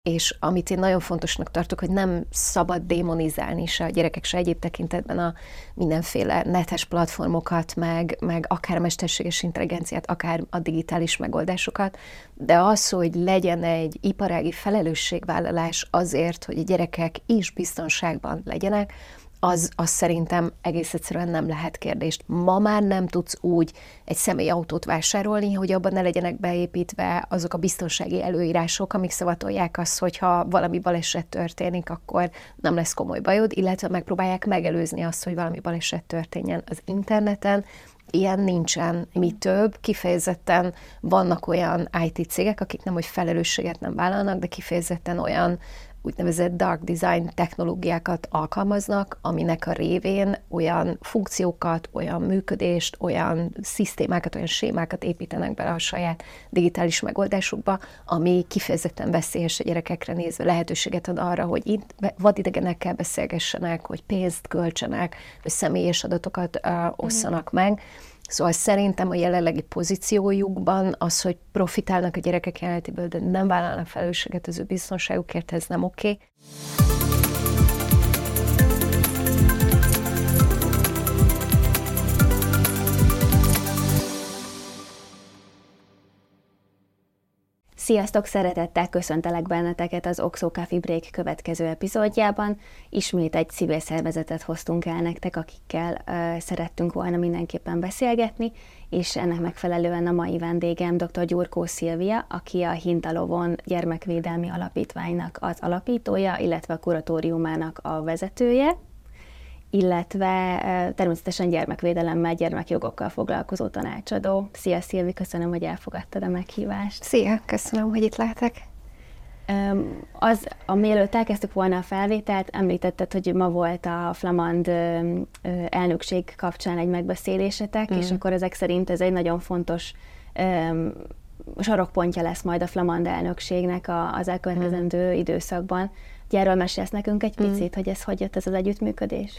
és amit én nagyon fontosnak tartok, hogy nem szabad démonizálni se a gyerekek, se egyéb tekintetben a mindenféle netes platformokat, meg akár a mesterséges intelligenciát, akár a digitális megoldásokat, de az, hogy legyen egy iparági felelősségvállalás azért, hogy a gyerekek is biztonságban legyenek, az szerintem egész egyszerűen nem lehet kérdést. Ma már nem tudsz úgy egy személyautót vásárolni, hogy abban ne legyenek beépítve azok a biztonsági előírások, amik szavatolják azt, hogyha valami baleset történik, akkor nem lesz komoly bajod, illetve megpróbálják megelőzni azt, hogy valami baleset történjen az interneten. Ilyen nincsen. Mi több, kifejezetten vannak olyan IT cégek, akik nem, hogy felelősséget nem vállalnak, de kifejezetten olyan úgynevezett dark design technológiákat alkalmaznak, aminek a révén olyan funkciókat, olyan működést, olyan szisztémákat, olyan sémákat építenek bele a saját digitális megoldásukba, ami kifejezetten veszélyes a gyerekekre nézve, lehetőséget ad arra, hogy itt vadidegenekkel beszélgessenek, hogy pénzt költsenek, hogy személyes adatokat osszanak meg. Szóval szerintem a jelenlegi pozíciójukban az, hogy profitálnak a gyerekek jelenlétéből, de nem vállalnak felelősséget az ő biztonságukért, ez nem oké. Sziasztok! Szeretettel köszöntelek benneteket az Oxo Coffee Break következő epizódjában. Ismét egy civil szervezetet hoztunk el nektek, akikkel szerettünk volna mindenképpen beszélgetni, és ennek megfelelően a mai vendégem dr. Gyurkó Szilvia, aki a Hintalovon Gyermekvédelmi Alapítványnak az alapítója, illetve a kuratóriumának a vezetője, illetve természetesen gyermekvédelemmel, gyermekjogokkal foglalkozó tanácsadó. Szia Szilvi, köszönöm, hogy elfogadtad a meghívást. Szia, köszönöm, hogy itt lehetek. Mielőtt elkezdtük volna a felvételt, említetted, hogy ma volt a flamand elnökség kapcsán egy megbeszélésetek, és akkor ezek szerint ez egy nagyon fontos sarokpontja lesz majd a flamand elnökségnek az elkövetkezendő időszakban. Erről mesélsz nekünk egy picit, hogy hogy jött ez az együttműködés?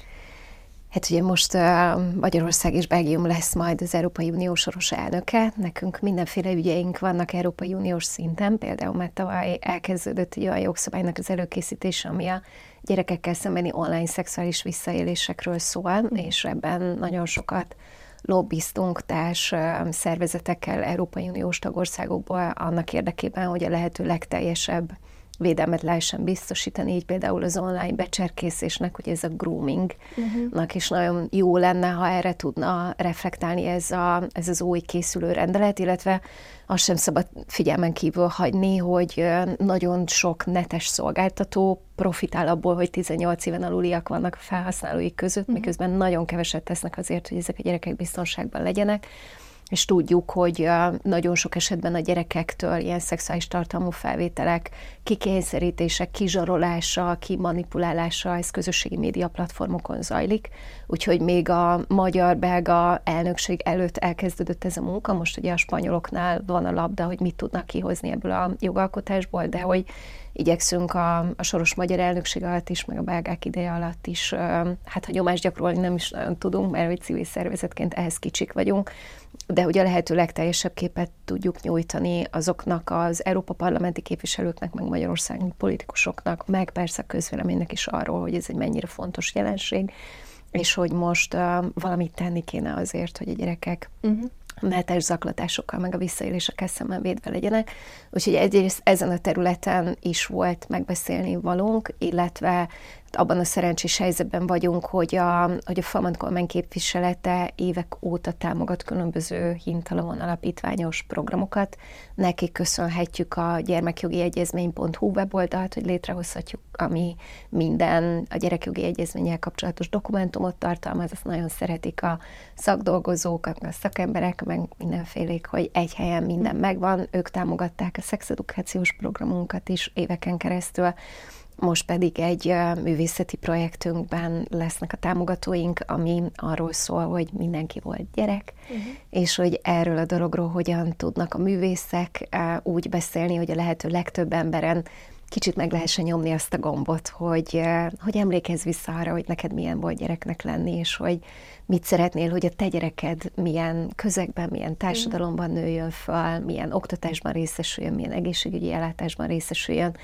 Hát ugye most Magyarország és Belgium lesz majd az Európai Unió soros elnöke. Nekünk mindenféle ügyeink vannak Európai Uniós szinten, például már tavaly elkezdődött egy olyan jogszabálynak az előkészítése, ami a gyerekekkel szembeni online szexuális visszaélésekről szól, és ebben nagyon sokat lobbiztunk társ szervezetekkel Európai Uniós tagországokból annak érdekében, hogy a lehető legteljesebb védelmet lehessen biztosítani, így például az online becserkészésnek, hogy ez a groomingnak is nagyon jó lenne, ha erre tudna reflektálni ez az új készülő rendelet, illetve azt sem szabad figyelmen kívül hagyni, hogy nagyon sok netes szolgáltató profitál abból, hogy 18 éven aluliak vannak a felhasználóik között, miközben nagyon keveset tesznek azért, hogy ezek a gyerekek biztonságban legyenek. És tudjuk, hogy nagyon sok esetben a gyerekektől ilyen szexuális tartalmú felvételek, kikényszerítése, kizsarolása, kimanipulálása, ez közösségi média platformokon zajlik. Úgyhogy még a magyar-belga elnökség előtt elkezdődött ez a munka, most ugye a spanyoloknál van a labda, hogy mit tudnak kihozni ebből a jogalkotásból, de hogy igyekszünk a soros magyar elnökség alatt is, meg a belgák ideje alatt is, hát ha nyomást gyakorolni nem is nagyon tudunk, mert hogy civil szervezetként ehhez kicsik vagyunk, de hogy a lehető legteljesebb képet tudjuk nyújtani azoknak az Európa parlamenti képviselőknek, meg magyarországi politikusoknak, meg persze a közvéleménynek is arról, hogy ez egy mennyire fontos jelenség, és hogy most valamit tenni kéne azért, hogy a gyerekek netes zaklatásokkal, meg a visszaélésekkel szemben védve legyenek. Úgyhogy egyrészt ezen a területen is volt megbeszélni valónk, illetve abban a szerencsés helyzetben vagyunk, hogy a Flamand kormány képviselete évek óta támogat különböző Hintalovon alapítványos programokat. Nekik köszönhetjük a gyermekjogiegyezmény.hu weboldalt, hogy létrehozhatjuk, ami minden a gyerekjogi egyezménnyel kapcsolatos dokumentumot tartalmaz, azt nagyon szeretik a szakdolgozók, a szakemberek, meg mindenfélék, hogy egy helyen minden megvan. Ők támogatták a szexedukációs programunkat is éveken keresztül. Most pedig egy művészeti projektünkben lesznek a támogatóink, ami arról szól, hogy mindenki volt gyerek, és hogy erről a dologról hogyan tudnak a művészek úgy beszélni, hogy a lehető legtöbb emberen kicsit meg lehessen nyomni azt a gombot, hogy emlékezz vissza arra, hogy neked milyen volt gyereknek lenni, és hogy mit szeretnél, hogy a te gyereked milyen közegben, milyen társadalomban nőjön fel, milyen oktatásban részesüljön, milyen egészségügyi ellátásban részesüljön,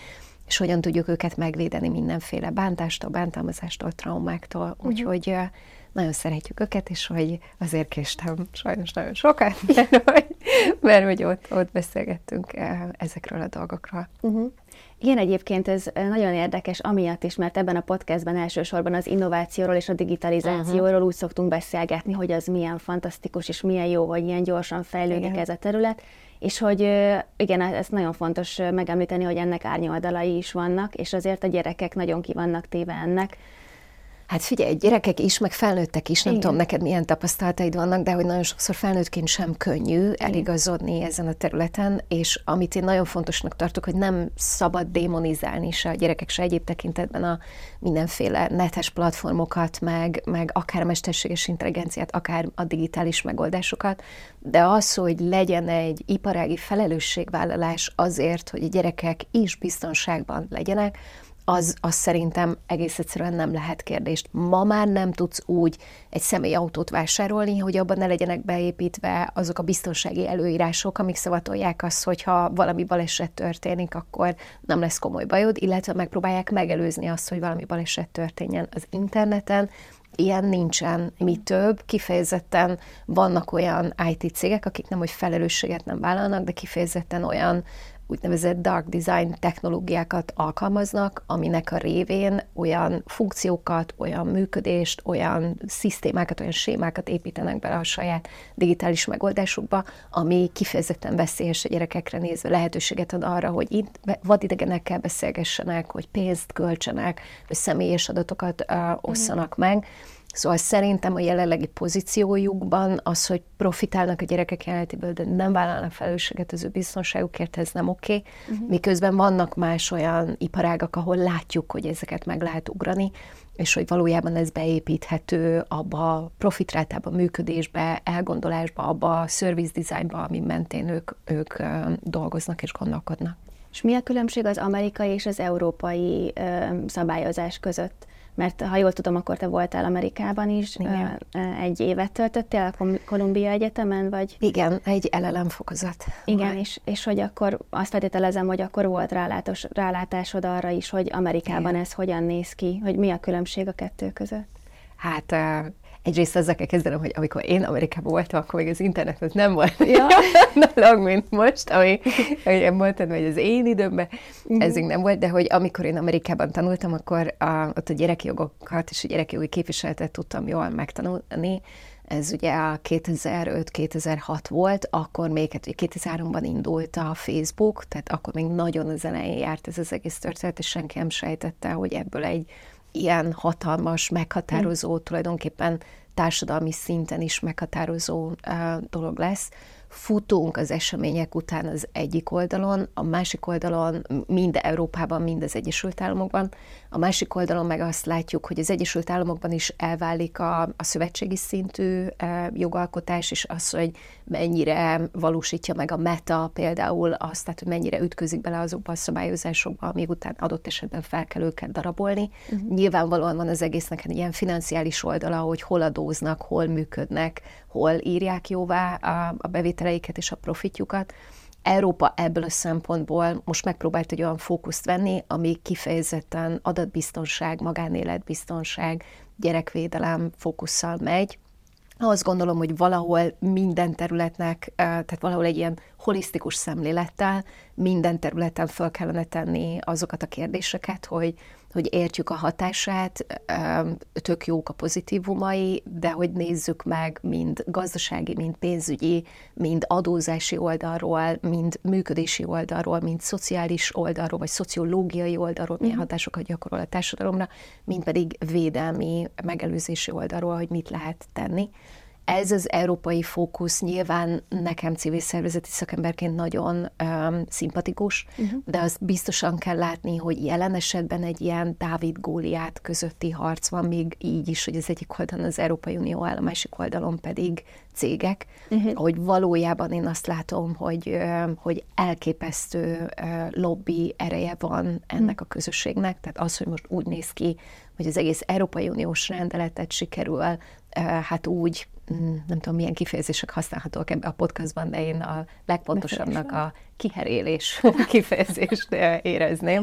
és hogyan tudjuk őket megvédeni mindenféle bántástól, bántalmazástól, traumáktól. Úgyhogy nagyon szeretjük őket, és hogy azért késtem sajnos nagyon sokat, mert hogy ott beszélgettünk ezekről a dolgokról. Igen, egyébként ez nagyon érdekes amiatt is, mert ebben a podcastben elsősorban az innovációról és a digitalizációról úgy szoktunk beszélgetni, hogy az milyen fantasztikus és milyen jó, hogy ilyen gyorsan fejlődik ez a terület, és hogy igen, ezt nagyon fontos megemlíteni, hogy ennek árnyoldalai is vannak, és azért a gyerekek nagyon ki vannak téve ennek. Hát figyelj, gyerekek is, meg felnőttek is, nem tudom, neked milyen tapasztalataid vannak, de hogy nagyon sokszor felnőttként sem könnyű eligazodni ezen a területen, és amit én nagyon fontosnak tartok, hogy nem szabad démonizálni se a gyerekek, se egyéb tekintetben a mindenféle netes platformokat, meg akár a mesterséges intelligenciát, akár a digitális megoldásokat, de az, hogy legyen egy iparági felelősségvállalás azért, hogy a gyerekek is biztonságban legyenek, az szerintem egész egyszerűen nem lehet kérdést. Ma már nem tudsz úgy egy személyautót vásárolni, hogy abban ne legyenek beépítve azok a biztonsági előírások, amik szavatolják azt, hogy ha valami baleset történik, akkor nem lesz komoly bajod, illetve megpróbálják megelőzni azt, hogy valami baleset történjen az interneten. Ilyen nincsen. Mi több, kifejezetten vannak olyan IT cégek, akik nem, hogy felelősséget nem vállalnak, de kifejezetten olyan úgynevezett dark design technológiákat alkalmaznak, aminek a révén olyan funkciókat, olyan működést, olyan szisztémákat, olyan sémákat építenek bele a saját digitális megoldásukba, ami kifejezetten veszélyes a gyerekekre nézve, lehetőséget ad arra, hogy vadidegenekkel beszélgessenek, hogy pénzt költsenek, hogy személyes adatokat osszanak meg. Szóval szerintem a jelenlegi pozíciójukban az, hogy profitálnak a gyerekek jelenlétéből, de nem vállalnak felelősséget az ő biztonságukért, ez nem oké. Miközben vannak más olyan iparágak, ahol látjuk, hogy ezeket meg lehet ugrani, és hogy valójában ez beépíthető abba a profitrátába, működésbe, elgondolásba, abba a service designba, ami mentén ők dolgoznak és gondolkodnak. És mi a különbség az amerikai és az európai szabályozás között? Mert ha jól tudom, akkor te voltál Amerikában is, egy évet töltöttél a Columbia Egyetemen, vagy? Igen, egy LLM fokozat. Igen, és hogy akkor azt feltételezem, hogy akkor volt rálátásod arra is, hogy Amerikában ez hogyan néz ki, hogy mi a különbség a kettő között? Hát egyrészt azzal kell kezdenem, hogy amikor én Amerikában voltam, akkor még az internet nem volt nálunk, mint most, ahogy mondtad, hogy az én időmben ez még nem volt, de hogy amikor én Amerikában tanultam, akkor ott a gyerekjogokat és a gyerekjogi képviseletet tudtam jól megtanulni. Ez ugye a 2005-2006 volt, akkor még 2003-ban indult a Facebook, tehát akkor még nagyon az elején járt ez az egész történet, és senki nem sejtette, hogy ebből egy ilyen hatalmas, meghatározó, tulajdonképpen társadalmi szinten is meghatározó dolog lesz. Futunk az események után az egyik oldalon, a másik oldalon mind Európában, mind az Egyesült Államokban. A másik oldalon meg azt látjuk, hogy az Egyesült Államokban is elválik a szövetségi szintű jogalkotás, és az, hogy mennyire valósítja meg a Meta például azt, tehát hogy mennyire ütközik bele azokba a szabályozásokba, amíg után adott esetben fel kell őket darabolni. Nyilvánvalóan van az egésznek egy ilyen financiális oldala, hogy hol adóznak, hol működnek, hol írják jóvá a bevételeiket és a profitjukat. Európa ebből a szempontból most megpróbált egy olyan fókuszt venni, ami kifejezetten adatbiztonság, magánéletbiztonság, gyerekvédelem fókusszal megy. Azt gondolom, hogy valahol minden területnek, tehát valahol egy ilyen holisztikus szemlélettel minden területen fel kellene tenni azokat a kérdéseket, hogy értjük a hatását, tök jók a pozitívumai, de hogy nézzük meg mind gazdasági, mind pénzügyi, mind adózási oldalról, mind működési oldalról, mind szociális oldalról, vagy szociológiai oldalról, milyen hatásokat gyakorol a társadalomra, mind pedig védelmi, megelőzési oldalról, hogy mit lehet tenni. Ez az európai fókusz nyilván nekem civil szervezeti szakemberként nagyon szimpatikus, de azt biztosan kell látni, hogy jelen esetben egy ilyen Dávid-Góliát közötti harc van, még így is, hogy az egyik oldalon az Európai Unió áll, a másik oldalon pedig cégek, hogy valójában én azt látom, hogy elképesztő lobby ereje van ennek a közösségnek, tehát az, hogy most úgy néz ki, hogy az egész Európai Uniós rendeletet sikerül hát úgy, nem tudom, milyen kifejezések használhatók ebben a podcastban, de én a legpontosabbnak a kiherélés kifejezést érezném,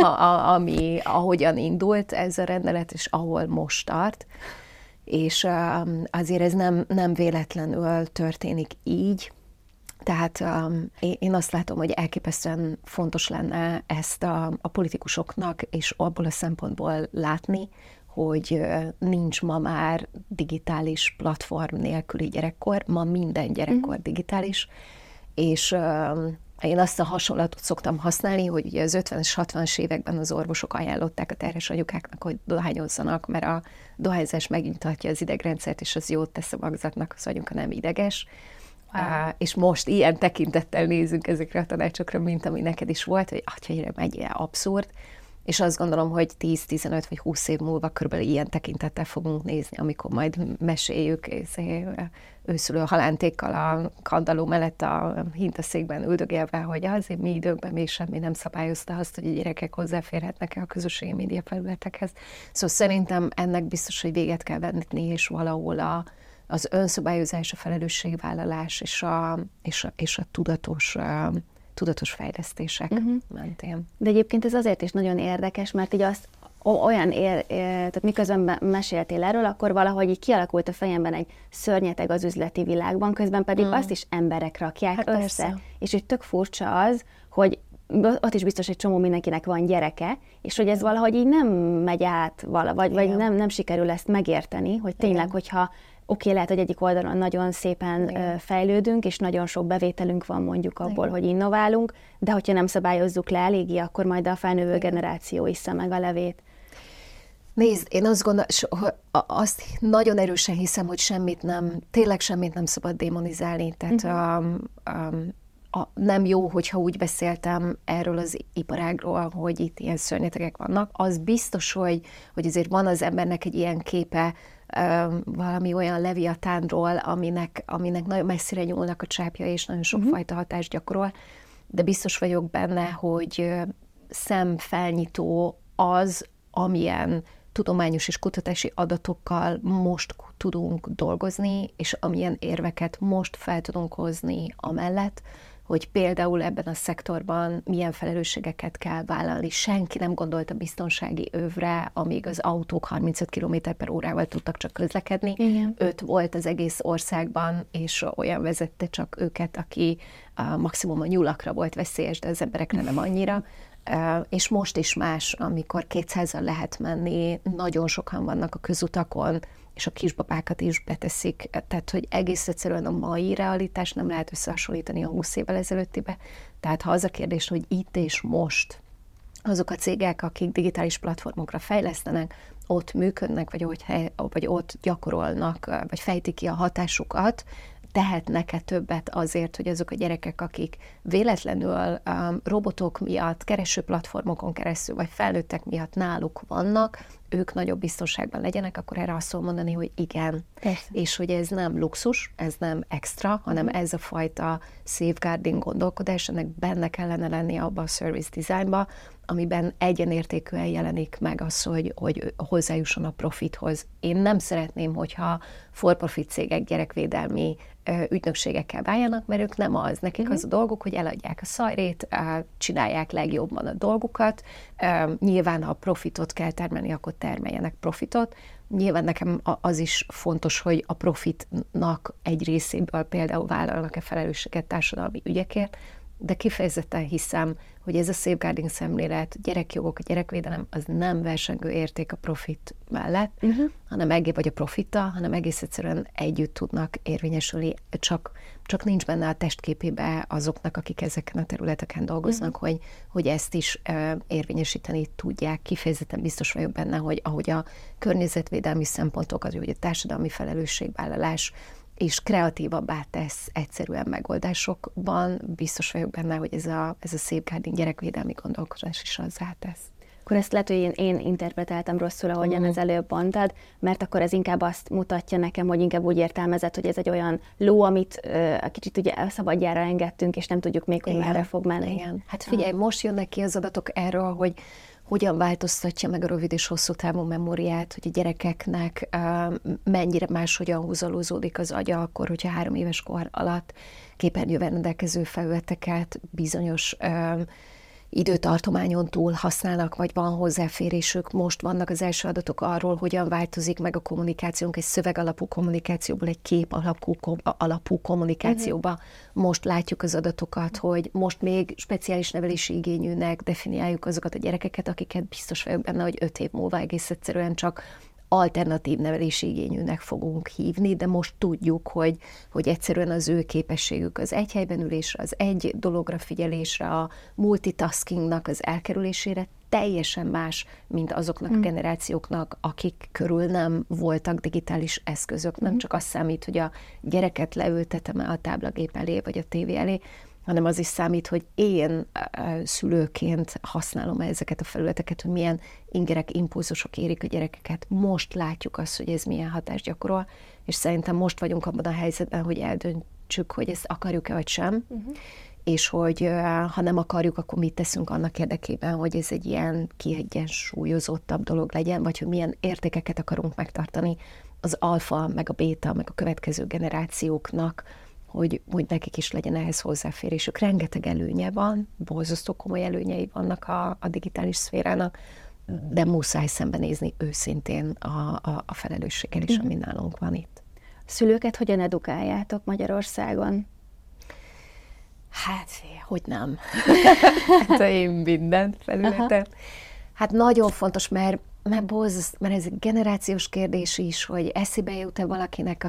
ahogyan indult ez a rendelet, és ahol most tart. És azért ez nem véletlenül történik így. Tehát én azt látom, hogy elképesztően fontos lenne ezt a politikusoknak, és abból a szempontból látni, hogy nincs ma már digitális platform nélküli gyerekkor, ma minden gyerekkor digitális, és én azt a hasonlatot szoktam használni, hogy ugye az 50-es, 60-as években az orvosok ajánlották a terhes anyukáknak, hogy dohányozzanak, mert a dohányzás megnyugtatja az idegrendszert, és az jót tesz a magzatnak, az anyuka nem ideges. És most ilyen tekintettel nézünk ezekre a tanácsokra, mint ami neked is volt, hogy atyaire megy, ilyen abszurd, és azt gondolom, hogy 10-15 vagy 20 év múlva körülbelül ilyen tekintettel fogunk nézni, amikor majd meséljük őszülő halántékkal a kandalló mellett a hintaszékben üldögélve, hogy azért mi időkben még semmi nem szabályozta azt, hogy a gyerekek hozzáférhetnek-e a közösségi média felületekhez. Szóval szerintem ennek biztos, hogy véget kell venni, és valahol az önszabályozás, a felelősségvállalás és a tudatos fejlesztések mentén. De egyébként ez azért is nagyon érdekes, mert így azt tehát miközben meséltél erről, akkor valahogy így kialakult a fejemben egy szörnyeteg az üzleti világban, közben pedig azt is emberek rakják össze. Persze. És hogy tök furcsa az, hogy ott is biztos egy csomó mindenkinek van gyereke, és hogy ez valahogy így nem megy át vagy nem sikerül ezt megérteni, hogy tényleg, hogyha lehet, hogy egyik oldalon nagyon szépen fejlődünk, és nagyon sok bevételünk van mondjuk abból, hogy innoválunk, de hogyha nem szabályozzuk le eléggé, akkor majd a felnövő generáció iszza meg a levét. Nézd, én azt gondolom, azt nagyon erősen hiszem, hogy tényleg semmit nem szabad démonizálni, tehát nem jó, hogyha úgy beszéltem erről az iparágról, hogy itt ilyen szörnyetegek vannak. Az biztos, hogy azért van az embernek egy ilyen képe valami olyan leviatánról, aminek nagyon messzire nyúlnak a csápja, és nagyon sokfajta hatást gyakorol, de biztos vagyok benne, hogy szemfelnyitó az, amilyen tudományos és kutatási adatokkal most tudunk dolgozni, és amilyen érveket most fel tudunk hozni amellett, hogy például ebben a szektorban milyen felelősségeket kell vállalni. Senki nem gondolt a biztonsági övre, amíg az autók 35 km/h tudtak csak közlekedni. Igen. 5 volt az egész országban, és olyan vezette csak őket, aki maximum a nyulakra volt veszélyes, de az emberekre nem annyira. És most is más, amikor 200-al lehet menni, nagyon sokan vannak a közutakon, és a kisbabákat is beteszik. Tehát, hogy egész egyszerűen a mai realitás nem lehet összehasonlítani a 20 évvel ezelőttibe. Tehát, ha az a kérdés, hogy itt és most azok a cégek, akik digitális platformokra fejlesztenek, ott működnek, vagy ott gyakorolnak, vagy fejtik ki a hatásukat, tehetnek-e többet azért, hogy azok a gyerekek, akik véletlenül robotok miatt, kereső platformokon keresztül, vagy felnőttek miatt náluk vannak, ők nagyobb biztonságban legyenek, akkor erre azt mondani, hogy igen. Persze. És hogy ez nem luxus, ez nem extra, hanem ez a fajta safeguarding gondolkodás, ennek benne kellene lenni abban a service designba, amiben egyenértékűen jelenik meg az, hogy hozzájusson a profithoz. Én nem szeretném, hogyha for-profit cégek gyerekvédelmi ügynökségekkel váljanak, mert ők nem az. Nekik az a dolguk, hogy eladják a szajrét, csinálják legjobban a dolgukat. Nyilván, ha profitot kell termelni, akkor termeljenek profitot. Nyilván nekem az is fontos, hogy a profitnak egy részéből például vállalnak-e felelősséget társadalmi ügyekért, de kifejezetten hiszem, hogy ez a safeguarding szemlélet, gyerekjogok, a gyerekvédelem, az nem versengő érték a profit mellett, vagy a profittal, hanem egész egyszerűen együtt tudnak érvényesülni, csak nincs benne a testképébe azoknak, akik ezeken a területeken dolgoznak, hogy ezt is érvényesíteni tudják. Kifejezetten biztos vagyok benne, hogy ahogy a környezetvédelmi szempontokat, hogy a társadalmi felelősségvállalás és kreatívabbá tesz egyszerűen megoldásokban, biztos vagyok benne, hogy ez a safeguarding gyerekvédelmi gondolkodás is azzá tesz. Akkor ezt lehet, hogy én interpretáltam rosszul, ahogyan az előbb mondtad, mert akkor ez inkább azt mutatja nekem, hogy inkább úgy értelmezett, hogy ez egy olyan ló, amit kicsit ugye szabadjára engedtünk, és nem tudjuk még, hogy merre fog menni. Igen. Hát figyelj, most jönnek ki az adatok erről, hogyan változtatja meg a rövid és hosszú távú memóriát, hogy a gyerekeknek mennyire máshogyan húzalózódik az agya akkor, hogyha 3 éves kor alatt képernyővel rendelkező felületeket bizonyos időtartományon túl használnak, vagy van hozzáférésük. Most vannak az első adatok arról, hogyan változik meg a kommunikációnk egy szöveg alapú kommunikációból egy kép alapú kommunikációba. Most látjuk az adatokat, hogy most még speciális nevelési igényűnek definiáljuk azokat a gyerekeket, akiket biztos vagyok benne, hogy 5 év múlva egész egyszerűen csak alternatív nevelési igényűnek fogunk hívni, de most tudjuk, hogy egyszerűen az ő képességük az egy helyben ülésre, az egy dologra figyelésre, a multitaskingnak az elkerülésére teljesen más, mint azoknak a generációknak, akik körül nem voltak digitális eszközök. Nem csak az számít, hogy a gyereket leültetem-e a táblagép elé, vagy a tévé elé, hanem az is számít, hogy én szülőként használom ezeket a felületeket, hogy milyen ingerek, impulzusok érik a gyerekeket. Most látjuk azt, hogy ez milyen hatást gyakorol, és szerintem most vagyunk abban a helyzetben, hogy eldöntsük, hogy ezt akarjuk-e vagy sem, és hogy ha nem akarjuk, akkor mit teszünk annak érdekében, hogy ez egy ilyen kiegyensúlyozottabb dolog legyen, vagy hogy milyen értékeket akarunk megtartani az alfa, meg a béta, meg a következő generációknak, hogy nekik is legyen ehhez hozzáférésük. Rengeteg előnye van, borzasztó komoly előnyei vannak a digitális szférának, de muszáj szembenézni őszintén a felelősséggel is, ami nálunk van itt. Szülőket hogyan edukáljátok Magyarországon? Hát, hogy nem. Hát én minden felületen. Hát nagyon fontos, mert ez egy generációs kérdés is, hogy eszébe jut-e valakinek,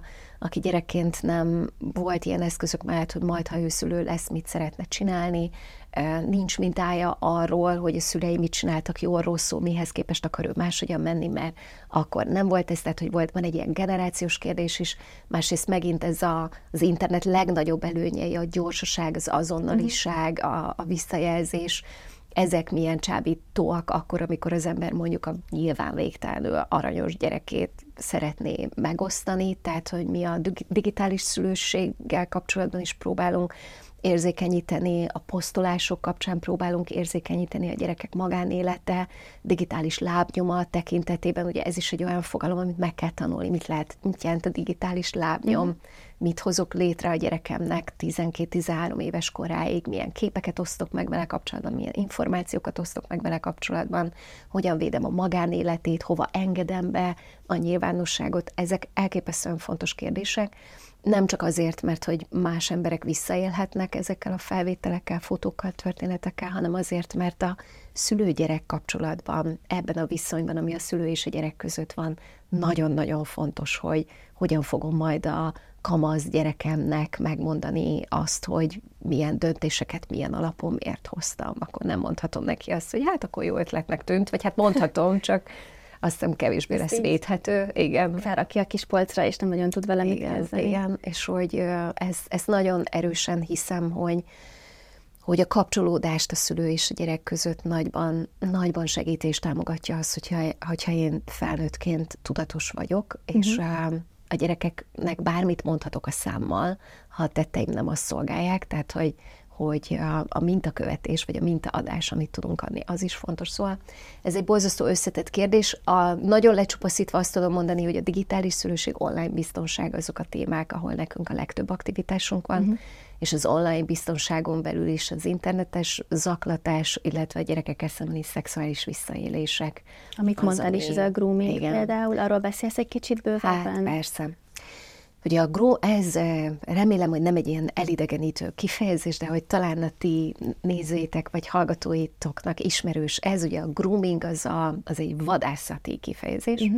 aki gyerekként nem volt ilyen eszközök mellett, hogy majd, ha ő szülő lesz, mit szeretne csinálni. Nincs mintája arról, hogy a szülei mit csináltak jól, rosszul, mihez képest akar ő máshogyan menni, mert akkor nem volt ez, tehát hogy van egy ilyen generációs kérdés is. Másrészt megint ez az internet legnagyobb előnyei, a gyorsaság, az azonnaliság, a visszajelzés, ezek milyen csábítóak akkor, amikor az ember mondjuk a nyilván végtelenül aranyos gyerekét szeretné megosztani, tehát hogy mi a digitális szülősséggel kapcsolatban is próbálunk érzékenyíteni, a posztolások kapcsán próbálunk érzékenyíteni, a gyerekek magánélete, digitális lábnyoma tekintetében, ugye ez is egy olyan fogalom, amit meg kell tanulni, mit jelent a digitális lábnyom, mit hozok létre a gyerekemnek 12-13 éves koráig, milyen képeket osztok meg vele kapcsolatban, milyen információkat osztok meg vele kapcsolatban, hogyan védem a magánéletét, hova engedem be a nyilvánosságot, ezek elképesztően fontos kérdések. Nem csak azért, mert hogy más emberek visszaélhetnek ezekkel a felvételekkel, fotókkal, történetekkel, hanem azért, mert a szülő-gyerek kapcsolatban, ebben a viszonyban, ami a szülő és a gyerek között van, nagyon-nagyon fontos, hogy hogyan fogom majd a kamasz gyerekemnek megmondani azt, hogy milyen döntéseket, milyen alapon miért hoztam. Akkor nem mondhatom neki azt, hogy hát akkor jó ötletnek tűnt, vagy hát mondhatom, csak azt hiszem kevésbé lesz védhető. Igen. Felrakja a kis polcra, és nem nagyon tud vele mit kezdeni. Igen, és hogy ezt nagyon erősen hiszem, hogy a kapcsolódást a szülő és a gyerek között nagyban segít és támogatja azt, hogyha én felnőttként tudatos vagyok, és a gyerekeknek bármit mondhatok a számmal, ha a tetteim nem azt szolgálják, tehát hogy a mintakövetés, vagy a mintaadás, amit tudunk adni, az is fontos. Szóval ez egy borzasztó összetett kérdés. Nagyon lecsupaszítva azt tudom mondani, hogy a digitális szülőség, online biztonság azok a témák, ahol nekünk a legtöbb aktivitásunk van, és az online biztonságon belül is az internetes zaklatás, illetve a gyerekekkel szembeni szexuális visszaélések. Amit mondtál is, ez a grooming például, arról beszélsz egy kicsit bővebben? Hát persze. Ugye ez remélem, hogy nem egy ilyen elidegenítő kifejezés, de hogy talán a ti nézőitek vagy hallgatóitoknak ismerős ez, ugye a grooming az egy vadászati kifejezés,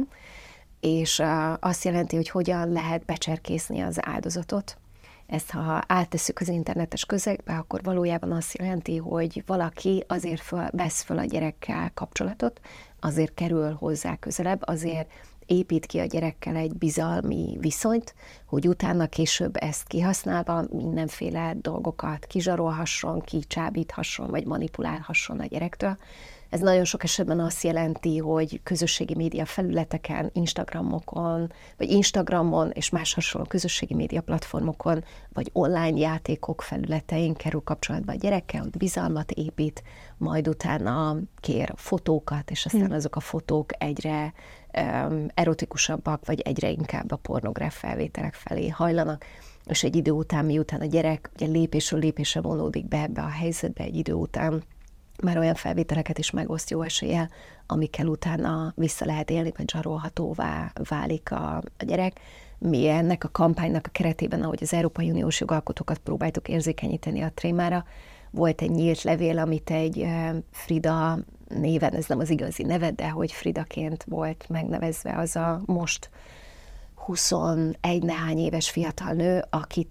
és azt jelenti, hogy hogyan lehet becserkészni az áldozatot. Ezt, ha áttesszük az internetes közegbe, akkor valójában azt jelenti, hogy valaki azért vesz föl a gyerekkel kapcsolatot, azért kerül hozzá közelebb, azért épít ki a gyerekkel egy bizalmi viszonyt, hogy utána később ezt kihasználva mindenféle dolgokat kizsarolhasson, kicsábíthasson, vagy manipulálhasson a gyerektől. Ez nagyon sok esetben azt jelenti, hogy közösségi média felületeken, Instagramon és más hasonló közösségi média platformokon, vagy online játékok felületein kerül kapcsolatba a gyerekkel, ott bizalmat épít, majd utána kér fotókat, és aztán azok a fotók egyre erotikusabbak, vagy egyre inkább a pornográf felvételek felé hajlanak, és egy idő után, miután a gyerek ugye lépésről lépésre vonódik be ebbe a helyzetbe, egy idő után már olyan felvételeket is megoszt jó eséllyel, amikkel utána vissza lehet élni, vagy zsarolhatóvá válik a gyerek. Mi ennek a kampánynak a keretében, ahogy az Európai Uniós jogalkotókat próbáltuk érzékenyíteni a témára, volt egy nyílt levél, amit egy Frida néven, ez nem az igazi neve, de hogy Fridaként volt megnevezve az a most 21 nehány éves fiatal nő, aki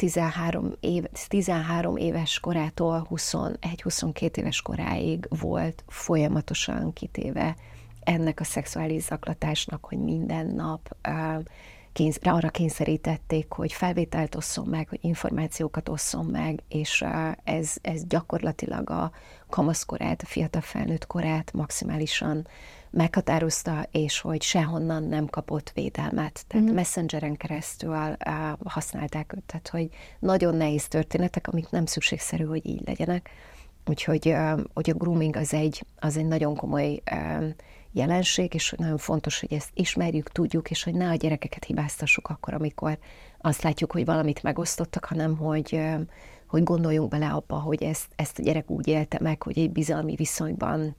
13 éves korától 21-22 éves koráig volt folyamatosan kitéve ennek a szexuális zaklatásnak, hogy minden nap arra kényszerítették, hogy felvételt osszon meg, hogy információkat osszon meg, és ez gyakorlatilag a kamaszkorát, a fiatal felnőtt korát maximálisan meghatározta, és hogy sehonnan nem kapott védelmet. Tehát Messengeren keresztül használták őt. Tehát, hogy nagyon nehéz történetek, amik nem szükségszerű, hogy így legyenek. Úgyhogy hogy a grooming az egy nagyon komoly jelenség, és hogy nagyon fontos, hogy ezt ismerjük, tudjuk, és hogy ne a gyerekeket hibáztassuk akkor, amikor azt látjuk, hogy valamit megosztottak, hanem hogy gondoljunk bele abba, hogy ezt a gyerek úgy élte meg, hogy egy bizalmi viszonyban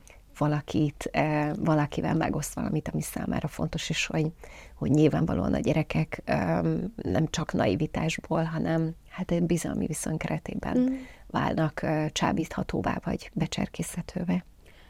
valakivel megoszt valamit, ami számára fontos, és hogy nyilvánvalóan a gyerekek nem csak naivitásból, hanem hát egy bizalmi viszony keretében válnak csábíthatóvá, vagy becserkészhetővé.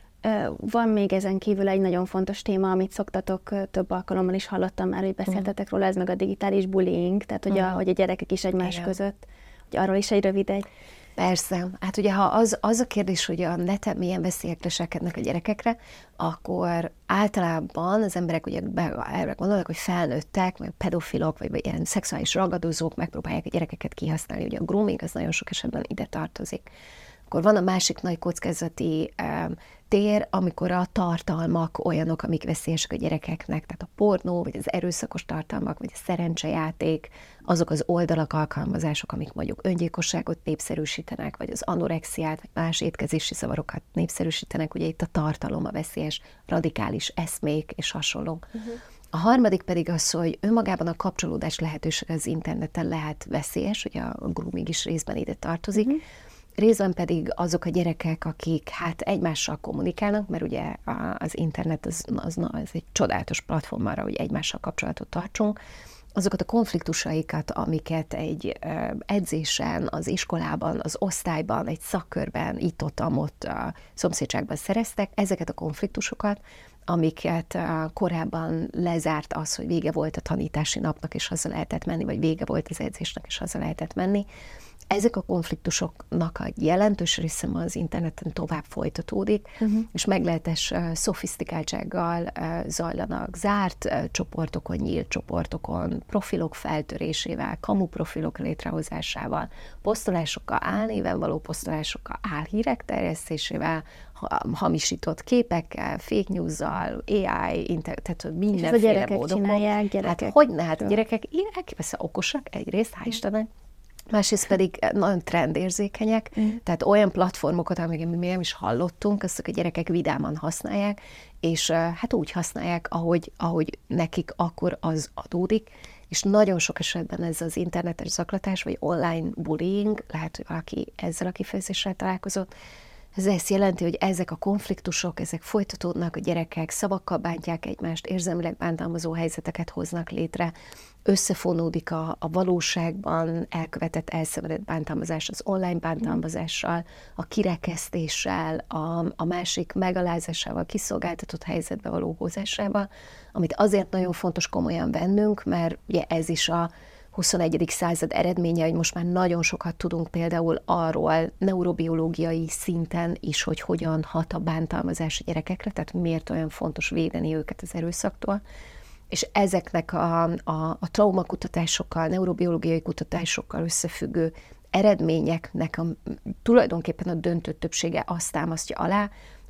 Van még ezen kívül egy nagyon fontos téma, amit szoktatok, több alkalommal is hallottam már, hogy beszéltetek róla, ez meg a digitális bullying, tehát hogy a gyerekek is egymás között, hogy arról is egy rövid egy. Persze. Hát ugye, ha az a kérdés, hogy a neten milyen veszélyek leselkednek a gyerekekre, akkor általában az emberek ugye erre gondolnak, hogy felnőttek, vagy pedofilok, vagy ilyen szexuális ragadozók megpróbálják a gyerekeket kihasználni. Ugye a grooming az nagyon sok esetben ide tartozik. Akkor van a másik nagy kockázati tér, amikor a tartalmak olyanok, amik veszélyesek a gyerekeknek, tehát a pornó, vagy az erőszakos tartalmak, vagy a szerencsejáték, azok az oldalak, alkalmazások, amik mondjuk öngyilkosságot népszerűsítenek, vagy az anorexiát, vagy más étkezési zavarokat népszerűsítenek, ugye itt a tartalom a veszélyes, radikális eszmék és hasonlók. A harmadik pedig az, hogy önmagában a kapcsolódás lehetőség az interneten lehet veszélyes, ugye a grooming is részben ide tartozik, részben pedig azok a gyerekek, akik hát egymással kommunikálnak, mert ugye az internet az egy csodálatos platform arra, hogy egymással kapcsolatot tartsunk, azokat a konfliktusaikat, amiket egy edzésen, az iskolában, az osztályban, egy szakkörben, itt-ott a szomszédságban szereztek, ezeket a konfliktusokat, amiket korábban lezárt az, hogy vége volt a tanítási napnak, és haza lehetett menni, vagy vége volt az edzésnek, és haza lehetett menni. Ezek a konfliktusoknak a jelentős része ma az interneten tovább folytatódik, és meglehetes szofisztikáltsággal zajlanak zárt csoportokon, nyílt csoportokon, profilok feltörésével, kamu profilok létrehozásával, posztolásokkal, álnéven való posztolásokkal, álhírek terjesztésével, hamisított képekkel, fake news-zal, AI, tehát mindenféle és a gyerekek csinálják, gyerekek. Hát hogyne, hát a gyerekek elképesztően okosak egyrészt, hál' Istennek, másrészt pedig nagyon trendérzékenyek, tehát olyan platformokat, amiket mi nem is hallottunk, azt a gyerekek vidáman használják, és hát úgy használják, ahogy nekik akkor az adódik, és nagyon sok esetben ez az internetes zaklatás, vagy online bullying, lehet, hogy valaki ezzel a kifejezéssel találkozott, ez azt jelenti, hogy ezek a konfliktusok, ezek folytatódnak, a gyerekek szavakkal bántják egymást, érzelmileg bántalmazó helyzeteket hoznak létre, összefonódik a valóságban elkövetett, elszenvedett bántalmazás az online bántalmazással, a kirekesztéssel, a másik megalázásával, kiszolgáltatott helyzetbe való hozásával, amit azért nagyon fontos komolyan vennünk, mert ugye ez is a 21. század eredménye, hogy most már nagyon sokat tudunk például arról neurobiológiai szinten is, hogy hogyan hat a bántalmazás a gyerekekre, tehát miért olyan fontos védeni őket az erőszaktól. És ezeknek a traumakutatásokkal, neurobiológiai kutatásokkal összefüggő eredményeknek tulajdonképpen a döntő többsége azt támasztja alá,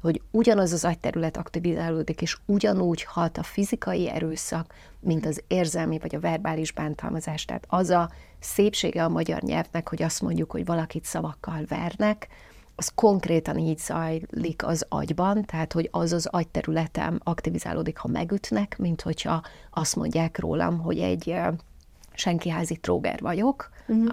hogy ugyanaz az agyterület aktivizálódik, és ugyanúgy hat a fizikai erőszak, mint az érzelmi vagy a verbális bántalmazás. Tehát az a szépsége a magyar nyelvnek, hogy azt mondjuk, hogy valakit szavakkal vernek, az konkrétan így zajlik az agyban, tehát hogy az az agyterületem aktivizálódik, ha megütnek, mint hogyha azt mondják rólam, hogy egy senkiházi tróger vagyok,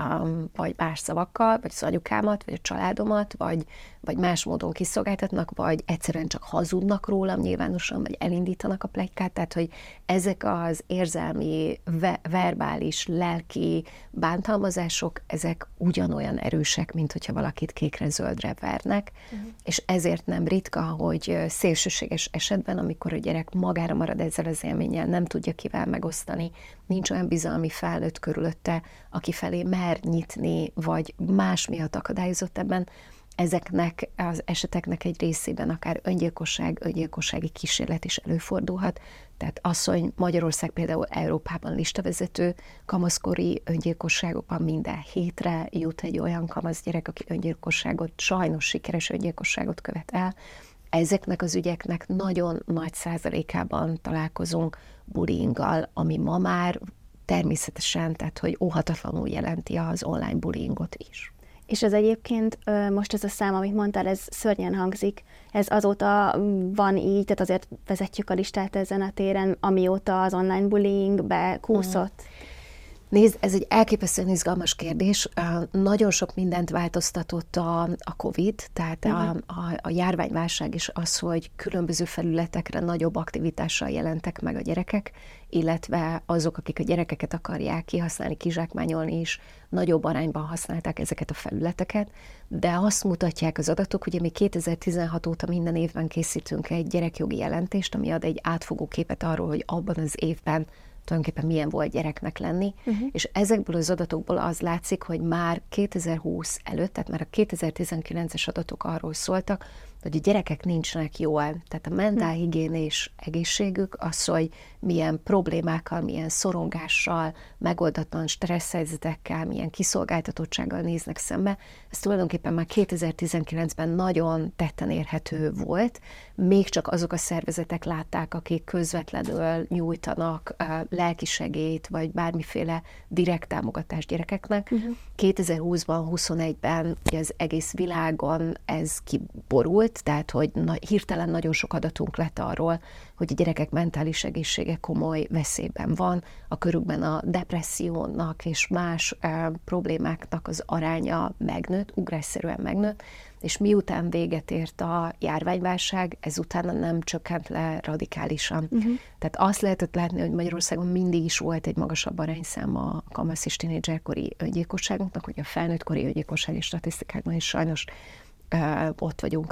vagy más szavakkal, vagy az anyukámat, vagy a családomat, vagy más módon kiszolgáltatnak, vagy egyszerűen csak hazudnak rólam nyilvánosan, vagy elindítanak a pletykát, tehát hogy ezek az érzelmi, verbális, lelki bántalmazások, ezek ugyanolyan erősek, mint hogyha valakit kékre-zöldre vernek, és ezért nem ritka, hogy szélsőséges esetben, amikor a gyerek magára marad ezzel az élménnyel, nem tudja kivel megosztani, nincs olyan bizalmi felnőtt körülötte, aki felé mer nyitni, vagy más miatt akadályozott ebben, ezeknek az eseteknek egy részében akár öngyilkossági kísérlet is előfordulhat. Tehát az, hogy Magyarország például Európában listavezető, kamaszkori öngyilkosságokban minden hétre jut egy olyan kamaszgyerek, aki öngyilkosságot, sajnos sikeres öngyilkosságot követ el. Ezeknek az ügyeknek nagyon nagy százalékában találkozunk bullyinggal, ami ma már természetesen, tehát hogy óhatatlanul jelenti az online bullyingot is. És ez egyébként, most ez a szám, amit mondtál, ez szörnyen hangzik, ez azóta van így, tehát azért vezetjük a listát ezen a téren, amióta az online bullying bekúszott? Nézd, ez egy elképesztően izgalmas kérdés. Nagyon sok mindent változtatott a COVID, tehát a járványválság is az, hogy különböző felületekre nagyobb aktivitással jelentek meg a gyerekek, illetve azok, akik a gyerekeket akarják kihasználni, kizsákmányolni is, nagyobb arányban használták ezeket a felületeket, de azt mutatják az adatok, ugye mi 2016 óta minden évben készítünk egy gyerekjogi jelentést, ami ad egy átfogó képet arról, hogy abban az évben tulajdonképpen milyen volt gyereknek lenni, és ezekből az adatokból az látszik, hogy már 2020 előtt, tehát már a 2019-es adatok arról szóltak, hogy a gyerekek nincsenek jól. Tehát a mentálhigiénés egészségük az, hogy milyen problémákkal, milyen szorongással, megoldatlan stresszhelyzetekkel, milyen kiszolgáltatottsággal néznek szembe. Ez tulajdonképpen már 2019-ben nagyon tetten érhető volt. Még csak azok a szervezetek látták, akik közvetlenül nyújtanak lelkisegélyt, vagy bármiféle direkt támogatást gyerekeknek. 2020-ban, 21-ben az egész világon ez kiborult, tehát hogy hirtelen nagyon sok adatunk lett arról, hogy a gyerekek mentális egészsége komoly veszélyben van, a körükben a depressziónak és más problémáknak az aránya megnőtt, ugrásszerűen megnőtt, és miután véget ért a járványválság, ezután nem csökkent le radikálisan. Tehát azt lehetett látni, hogy Magyarországon mindig is volt egy magasabb arányszám a kamasz és tínédzserkori öngyilkosságoknak, hogy a felnőttkori öngyilkossági statisztikákban is sajnos ott vagyunk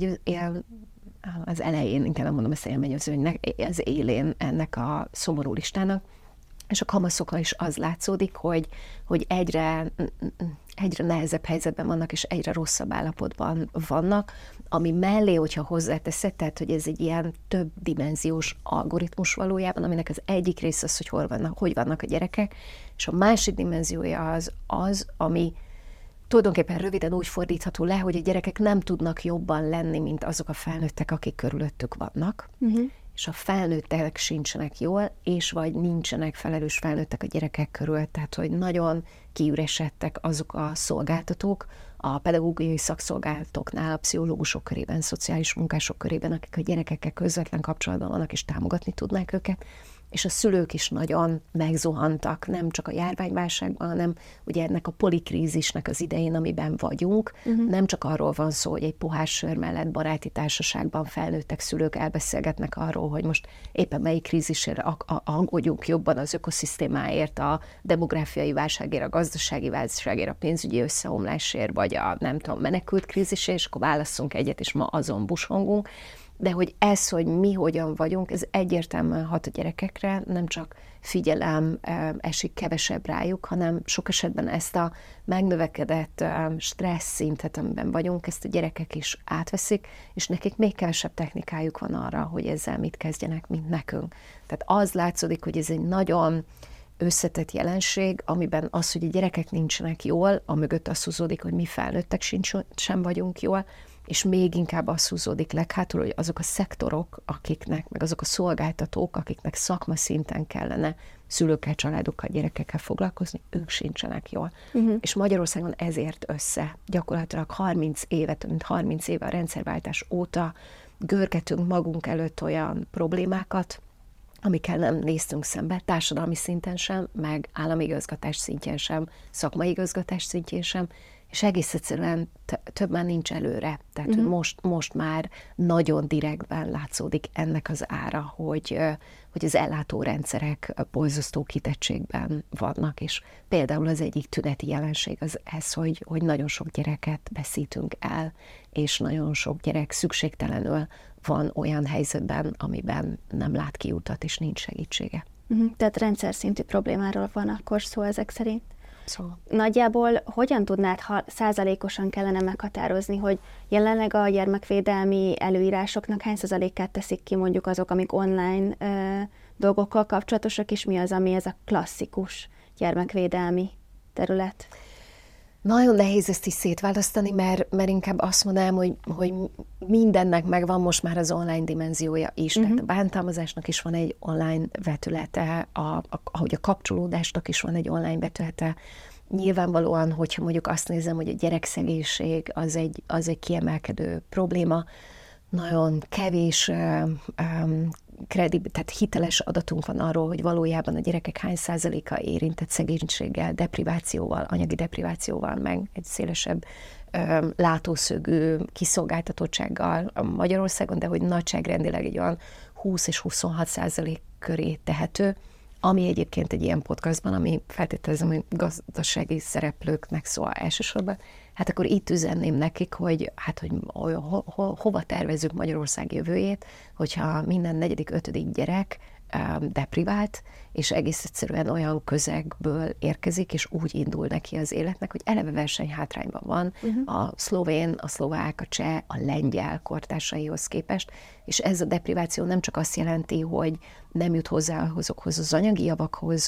az elején, inkább nem mondom ezt élmegyőzőnek, az élén ennek a szomorú listának, és a kamaszokra is az látszódik, hogy egyre nehezebb helyzetben vannak, és egyre rosszabb állapotban vannak, ami mellé, hogyha hozzáteszed, tehát, hogy ez egy ilyen több dimenziós algoritmus valójában, aminek az egyik része az, hogy vannak a gyerekek, és a másik dimenziója az, ami tulajdonképpen röviden úgy fordítható le, hogy a gyerekek nem tudnak jobban lenni, mint azok a felnőttek, akik körülöttük vannak, és a felnőttek sincsenek jól, és vagy nincsenek felelős felnőttek a gyerekek körül, tehát hogy nagyon kiüresedtek azok a szolgáltatók, a pedagógiai szakszolgálatoknál, a pszichológusok körében, szociális munkások körében, akik a gyerekekkel közvetlen kapcsolatban vannak, és támogatni tudnák őket, és a szülők is nagyon megzuhantak, nem csak a járványválságban, hanem ugye ennek a polikrízisnek az idején, amiben vagyunk, nem csak arról van szó, hogy egy pohár sör mellett baráti társaságban felnőttek szülők elbeszélgetnek arról, hogy most éppen melyik krízisért aggódjunk jobban az ökoszisztémáért, a demográfiai válságért, a gazdasági válságért, a pénzügyi összeomlásért, vagy a nem tudom, menekült krízisért, és akkor válasszunk egyet, és ma azon busongunk. De hogy ez, hogy mi hogyan vagyunk, ez egyértelműen hat a gyerekekre, nem csak figyelem esik kevesebb rájuk, hanem sok esetben ezt a megnövekedett stressz szintet, amiben vagyunk, ezt a gyerekek is átveszik, és nekik még kevesebb technikájuk van arra, hogy ezzel mit kezdjenek, mint nekünk. Tehát az látszódik, hogy ez egy nagyon összetett jelenség, amiben az, hogy a gyerekek nincsenek jól, amögött az húzódik, hogy mi felnőttek sem vagyunk jól, és még inkább az húzódik leghátul, hogy azok a szektorok, akiknek, meg azok a szolgáltatók, akiknek szakma szinten kellene szülőkkel, családokkal, gyerekekkel foglalkozni, ők sincsenek jól. És Magyarországon ezért össze. Gyakorlatilag 30 éve, több mint 30 éve a rendszerváltás óta görgetünk magunk előtt olyan problémákat, amikkel nem néztünk szembe, társadalmi szinten sem, meg állami igazgatás szintjén sem, szakmai igazgatás szintjén sem, és egész egyszerűen több már nincs előre. Tehát most már nagyon direktben látszódik ennek az ára, hogy az ellátórendszerek borzasztó kitettségben vannak, és például az egyik tüneti jelenség az ez, hogy nagyon sok gyereket veszítünk el, és nagyon sok gyerek szükségtelenül van olyan helyzetben, amiben nem lát kiutat, és nincs segítsége. Tehát rendszer szintű problémáról van akkor szó ezek szerint? Szóval. Nagyjából hogyan tudnád, ha százalékosan kellene meghatározni, hogy jelenleg a gyermekvédelmi előírásoknak hány százalékát teszik ki mondjuk azok, amik online dolgokkal kapcsolatosak, és mi az, ami ez a klasszikus gyermekvédelmi terület? Nagyon nehéz ezt is szétválasztani, mert inkább azt mondanám, hogy mindennek megvan most már az online dimenziója is. Tehát a bántalmazásnak is van egy online vetülete, ahogy a kapcsolódásnak is van egy online vetülete. Nyilvánvalóan, hogyha mondjuk azt nézem, hogy a gyerekszegénység az egy kiemelkedő probléma, nagyon kevés tehát hiteles adatunk van arról, hogy valójában a gyerekek hány százaléka érintett szegénységgel, deprivációval, anyagi deprivációval, meg egy szélesebb látószögű kiszolgáltatottsággal Magyarországon, de hogy nagyságrendileg egy olyan 20 és 26% köré tehető, ami egyébként egy ilyen podcastban, ami feltételezem, hogy gazdasági szereplőknek szól elsősorban, hát akkor itt üzenném nekik, hogy hova tervezzük Magyarország jövőjét, hogyha minden 4.-5. gyerek deprivált, és egész egyszerűen olyan közegből érkezik, és úgy indul neki az életnek, hogy eleve versenyhátrányban van a szlovén, a szlovák, a cseh, a lengyel kortársaihoz képest, és ez a depriváció nem csak azt jelenti, hogy nem jut hozzá azokhoz az anyagi javakhoz,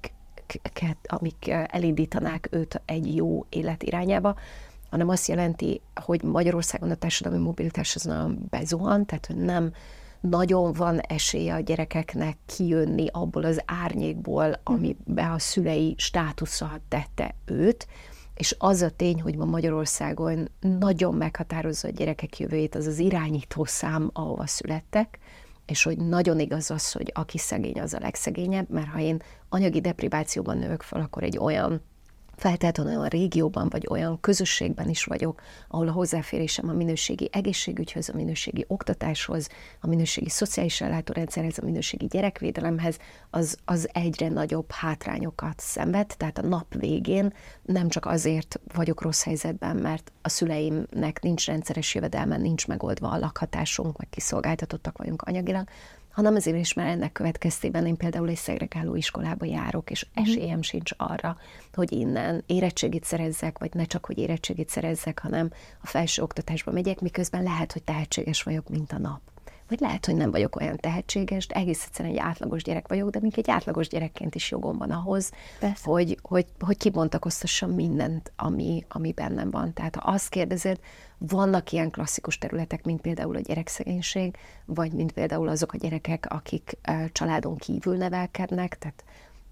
amik elindítanák őt egy jó élet irányába, hanem azt jelenti, hogy Magyarországon a társadalmi mobilitás az nagyon bezuhan, tehát hogy nem nagyon van esélye a gyerekeknek kijönni abból az árnyékból, amiben a szülei státusza tette őt, és az a tény, hogy ma Magyarországon nagyon meghatározza a gyerekek jövőjét az az irányító szám, ahova születtek, és hogy nagyon igaz az, hogy aki szegény, az a legszegényebb, mert ha én anyagi deprivációban növök fel, akkor egy olyan feltétlenül olyan régióban, vagy olyan közösségben is vagyok, ahol a hozzáférésem a minőségi egészségügyhöz, a minőségi oktatáshoz, a minőségi szociális ellátórendszerhez, a minőségi gyerekvédelemhez, az egyre nagyobb hátrányokat szenved. Tehát a nap végén nem csak azért vagyok rossz helyzetben, mert a szüleimnek nincs rendszeres jövedelme, nincs megoldva a lakhatásunk, meg kiszolgáltatottak vagyunk anyagilag, hanem azért is, mert ennek következtében én például egy szegregáló iskolába járok, és esélyem sincs arra, hogy innen érettségit szerezzek, vagy ne csak, hogy érettségit szerezzek, hanem a felső oktatásba megyek, miközben lehet, hogy tehetséges vagyok, mint a nap. Vagy lehet, hogy nem vagyok olyan tehetséges, de egész egyszerűen egy átlagos gyerek vagyok, de még egy átlagos gyerekként is jogom van ahhoz, hogy kibontakoztassam mindent, ami bennem van. Tehát ha azt kérdezed, vannak ilyen klasszikus területek, mint például a gyerekszegénység, vagy mint például azok a gyerekek, akik családon kívül nevelkednek, tehát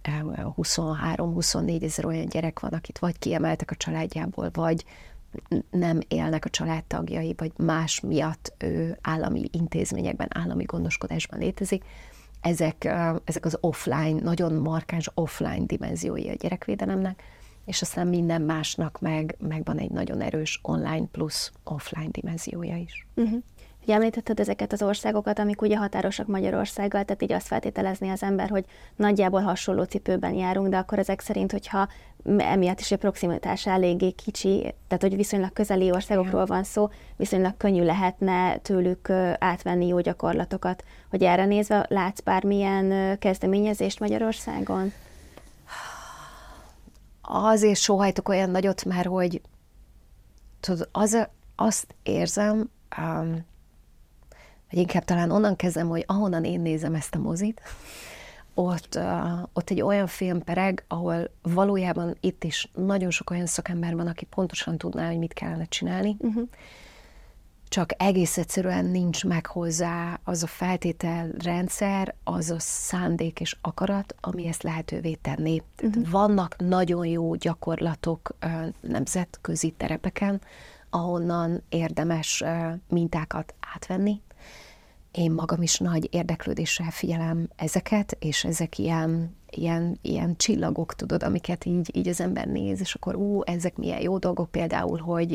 23-24 ezer olyan gyerek van, akit vagy kiemeltek a családjából, vagy nem élnek a családtagjai, vagy más miatt állami intézményekben, állami gondoskodásban létezik. Ezek az offline, nagyon markáns offline dimenziói a gyerekvédelemnek, és aztán minden másnak megvan egy nagyon erős online plusz offline dimenziója is. Ugye említetted ezeket az országokat, amik ugye határosak Magyarországgal, tehát így azt feltételezni az ember, hogy nagyjából hasonló cipőben járunk, de akkor ezek szerint, hogyha emiatt is a proximitás eléggé kicsi, tehát hogy viszonylag közeli országokról van szó, viszonylag könnyű lehetne tőlük átvenni jó gyakorlatokat. Hogy erre nézve látsz bármilyen kezdeményezést Magyarországon? Azért sóhajtok olyan nagyot, mert hogy tudod, azt érzem, vagy inkább talán onnan kezdem, hogy ahonnan én nézem ezt a mozit, ott egy olyan film pereg, ahol valójában itt is nagyon sok olyan szakember van, aki pontosan tudná, hogy mit kellene csinálni, csak egész egyszerűen nincs meg hozzá az a feltételrendszer, az a szándék és akarat, ami ezt lehetővé tenni. Vannak nagyon jó gyakorlatok nemzetközi terepeken, ahonnan érdemes mintákat átvenni. Én magam is nagy érdeklődéssel figyelem ezeket, és ezek ilyen csillagok, tudod, amiket így az ember néz, és akkor ezek milyen jó dolgok, például,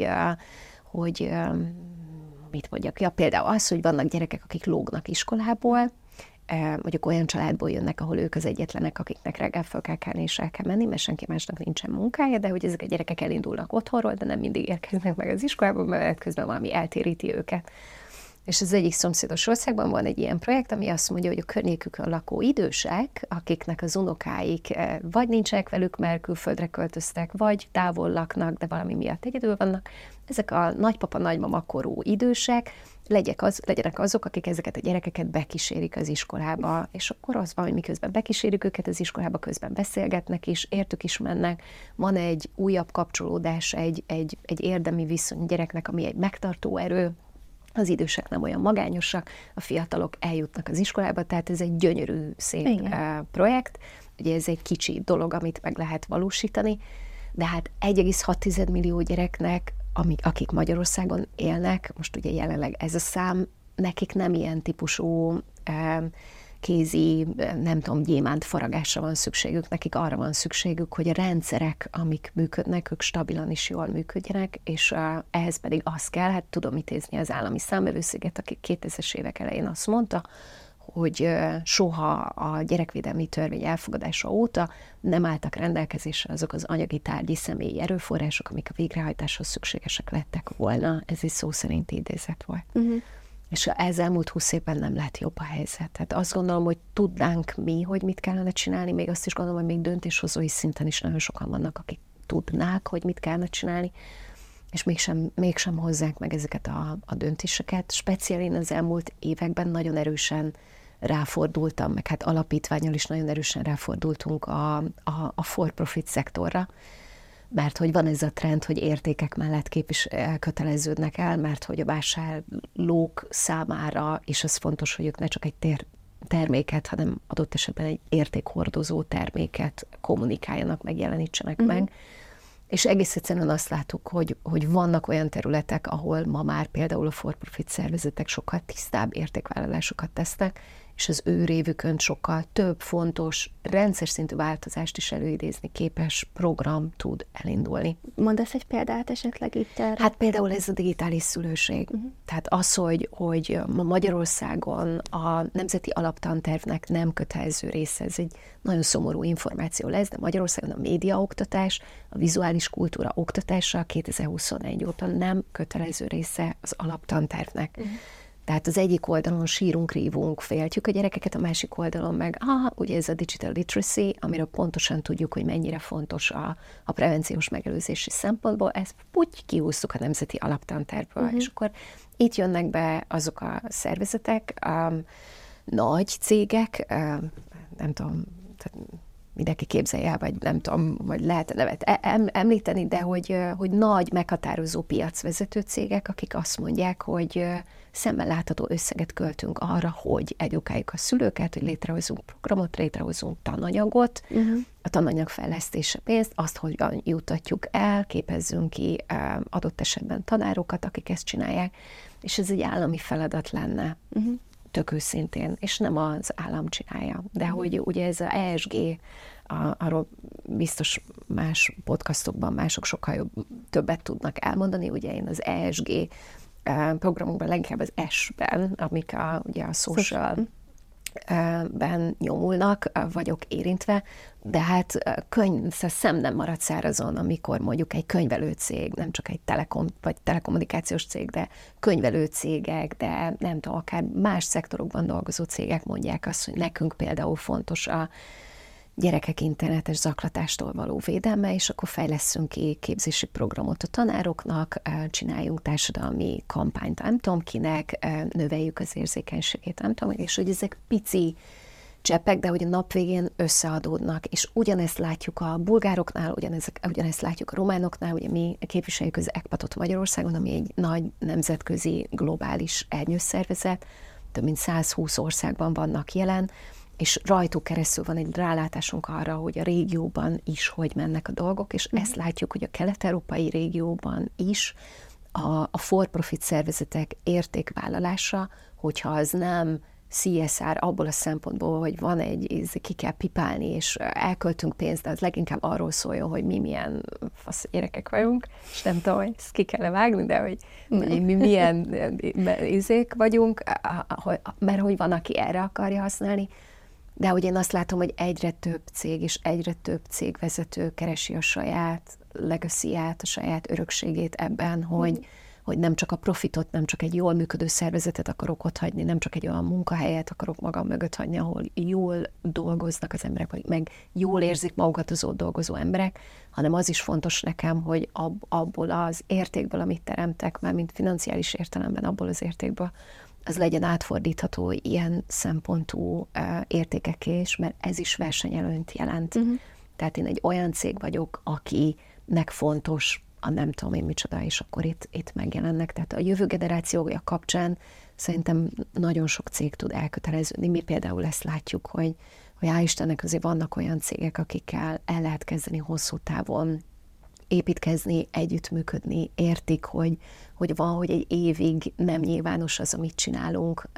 hogy mit mondjak, például az, hogy vannak gyerekek, akik lógnak iskolából, mondjuk olyan családból jönnek, ahol ők az egyetlenek, akiknek reggel fel kell kelni és el kell menni, mert senki másnak nincsen munkája, de hogy ezek a gyerekek elindulnak otthonról, de nem mindig érkeznek meg az iskolába, mert közben valami eltéríti őket. És az egyik szomszédos országban van egy ilyen projekt, ami azt mondja, hogy a környékükön lakó idősek, akiknek az unokáik vagy nincsenek velük, mert külföldre költöztek, vagy távol laknak, de valami miatt egyedül vannak, ezek a nagypapa, nagymama korú idősek legyenek azok, akik ezeket a gyerekeket bekísérik az iskolába, és akkor az van, hogy miközben bekísérik őket az iskolába, közben beszélgetnek is, értük is mennek, van egy újabb kapcsolódás, egy érdemi viszony a gyereknek, ami egy megtartó erő, az idősek nem olyan magányosak, a fiatalok eljutnak az iskolába, tehát ez egy gyönyörű, szép projekt. Ugye ez egy kicsi dolog, amit meg lehet valósítani, de hát 1,6 millió gyereknek, akik Magyarországon élnek, most ugye jelenleg ez a szám, nekik nem ilyen típusú kézi, nem tudom, gyémánt faragásra van szükségük, nekik arra van szükségük, hogy a rendszerek, amik működnek, ők stabilan is jól működjenek, és ehhez pedig az kell, hát tudom idézni az állami számvevőszéket, aki 2000-es évek elején azt mondta, hogy soha a gyerekvédelmi törvény elfogadása óta nem álltak rendelkezésre azok az anyagi, tárgyi, személyi erőforrások, amik a végrehajtáshoz szükségesek lettek volna. Ez egy szó szerint idézet volt. És ez elmúlt 20 évben nem lett jobb a helyzet. Tehát azt gondolom, hogy tudnánk mi, hogy mit kellene csinálni, még azt is gondolom, hogy még döntéshozói szinten is nagyon sokan vannak, akik tudnák, hogy mit kellene csinálni, és mégsem hozzák meg ezeket a döntéseket. Speciál én az elmúlt években nagyon erősen ráfordultam, meg hát alapítvánnyal is nagyon erősen ráfordultunk a for-profit szektorra, mert hogy van ez a trend, hogy értékek mellett köteleződnek el, mert hogy a vásárlók számára is az fontos, hogy ők ne csak egy terméket, hanem adott esetben egy értékhordozó terméket kommunikáljanak, megjelenítsenek meg. És egész egyszerűen azt látjuk, hogy vannak olyan területek, ahol ma már például a for-profit szervezetek sokkal tisztább értékvállalásokat tesznek, és az ő révükön sokkal több fontos, rendszer szintű változást is előidézni képes program tud elindulni. Mondasz egy példát esetleg itt erre? Hát például ez a digitális szülőség. Tehát az, hogy Magyarországon a Nemzeti Alaptantervnek nem kötelező része, ez egy nagyon szomorú információ lesz, de Magyarországon a médiaoktatás, a vizuális kultúra oktatása 2021 óta nem kötelező része az alaptantervnek. Tehát az egyik oldalon sírunk, rívunk, féltjük a gyerekeket, a másik oldalon meg, ugye ez a digital literacy, amiről pontosan tudjuk, hogy mennyire fontos a prevenciós megelőzési szempontból, ezt úgy kihúztuk a Nemzeti Alaptantervből, és akkor itt jönnek be azok a szervezetek, nagy cégek, nem tudom, mindenki képzelje el, vagy nem tudom, vagy lehet nevet említeni, de hogy nagy meghatározó piacvezető cégek, akik azt mondják, hogy szemmel látható összeget költünk arra, hogy edukáljuk a szülőket, hogy létrehozunk programot, létrehozunk tananyagot, a tananyag fejlesztése pénzt, azt, hogyan jutatjuk el, képezzünk ki adott esetben tanárokat, akik ezt csinálják, és ez egy állami feladat lenne. Tök őszintén, és nem az állam csinálja. De hogy ugye ez az ESG, arról biztos más podcastokban mások sokkal többet tudnak elmondani, ugye én az ESG programokban, leginkább az S-ben, amik ugye a social ben nyomulnak, vagyok érintve, de hát szem nem marad szárazon, amikor mondjuk egy könyvelőcég, nem csak egy vagy telekommunikációs cég, de könyvelőcégek, de nem tudom, akár más szektorokban dolgozó cégek mondják azt, hogy nekünk például fontos a gyerekek internetes zaklatástól való védelme, és akkor fejlesszünk ki képzési programot a tanároknak, csináljunk társadalmi kampányt, nem tudom kinek, növeljük az érzékenységét, nem tudom, és hogy ezek pici cseppek, de hogy a nap végén összeadódnak, és ugyanezt látjuk a bulgároknál, ugyanezt látjuk a románoknál, ugye mi képviseljük az ECPAT-ot Magyarországon, ami egy nagy nemzetközi globális ernyőszervezet, több mint 120 országban vannak jelen, és rajtuk keresztül van egy rálátásunk arra, hogy a régióban is hogy mennek a dolgok, és ezt látjuk, hogy a kelet-európai régióban is a for-profit szervezetek értékvállalása, hogyha az nem CSR abból a szempontból, hogy van ki kell pipálni, és elköltünk pénzt, de az leginkább arról szóljon, hogy mi milyen fasz gyerekek vagyunk, és nem tudom, hogy ezt ki kell vágni, de hogy mi milyen izék vagyunk, mert hogy van, aki erre akarja használni. De hogy én azt látom, hogy egyre több cég és egyre több cégvezető keresi a saját legacy-ját, a saját örökségét ebben, hogy nem csak a profitot, nem csak egy jól működő szervezetet akarok otthagyni, nem csak egy olyan munkahelyet akarok magam mögött hagyni, ahol jól dolgoznak az emberek, vagy meg jól érzik magukat az ott dolgozó emberek, hanem az is fontos nekem, hogy abból az értékből, amit teremtek, már mint financiális értelemben abból az értékből, az legyen átfordítható ilyen szempontú értékekké is, mert ez is versenyelőnyt jelent. Tehát én egy olyan cég vagyok, akinek fontos a nem tudom én micsoda, és akkor itt megjelennek. Tehát a jövő generációja kapcsán szerintem nagyon sok cég tud elköteleződni. Mi például ezt látjuk, hogy hál' Istennek azért vannak olyan cégek, akikkel el lehet kezdeni hosszú távon építkezni, együttműködni, értik, hogy van, hogy egy évig nem nyilvános az, amit csinálunk,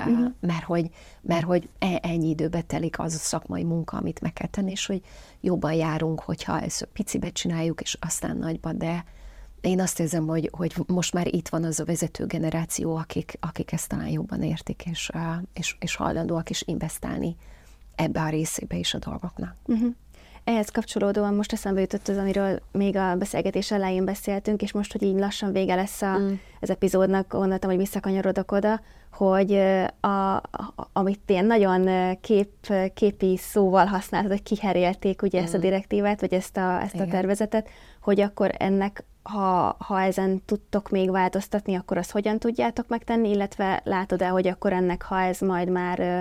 mert hogy ennyi időbe telik az a szakmai munka, amit meg kell tenni, és hogy jobban járunk, hogyha ezt picibe csináljuk, és aztán nagyba, de én azt érzem, hogy most már itt van az a vezető generáció, akik ezt talán jobban értik, és hajlandóak is investálni ebbe a részébe is a dolgoknak. Ehhez kapcsolódóan most eszembe jutott az, amiről még a beszélgetés elején beszéltünk, és most, hogy így lassan vége lesz az epizódnak, gondoltam, hogy visszakanyarodok oda, hogy amit ilyen nagyon képi szóval használtad, hogy kiherélték ugye ezt a direktívát, vagy ezt a tervezetet, hogy akkor ennek, ha ezen tudtok még változtatni, akkor azt hogyan tudjátok megtenni, illetve látod-e, hogy akkor ennek, ha ez majd már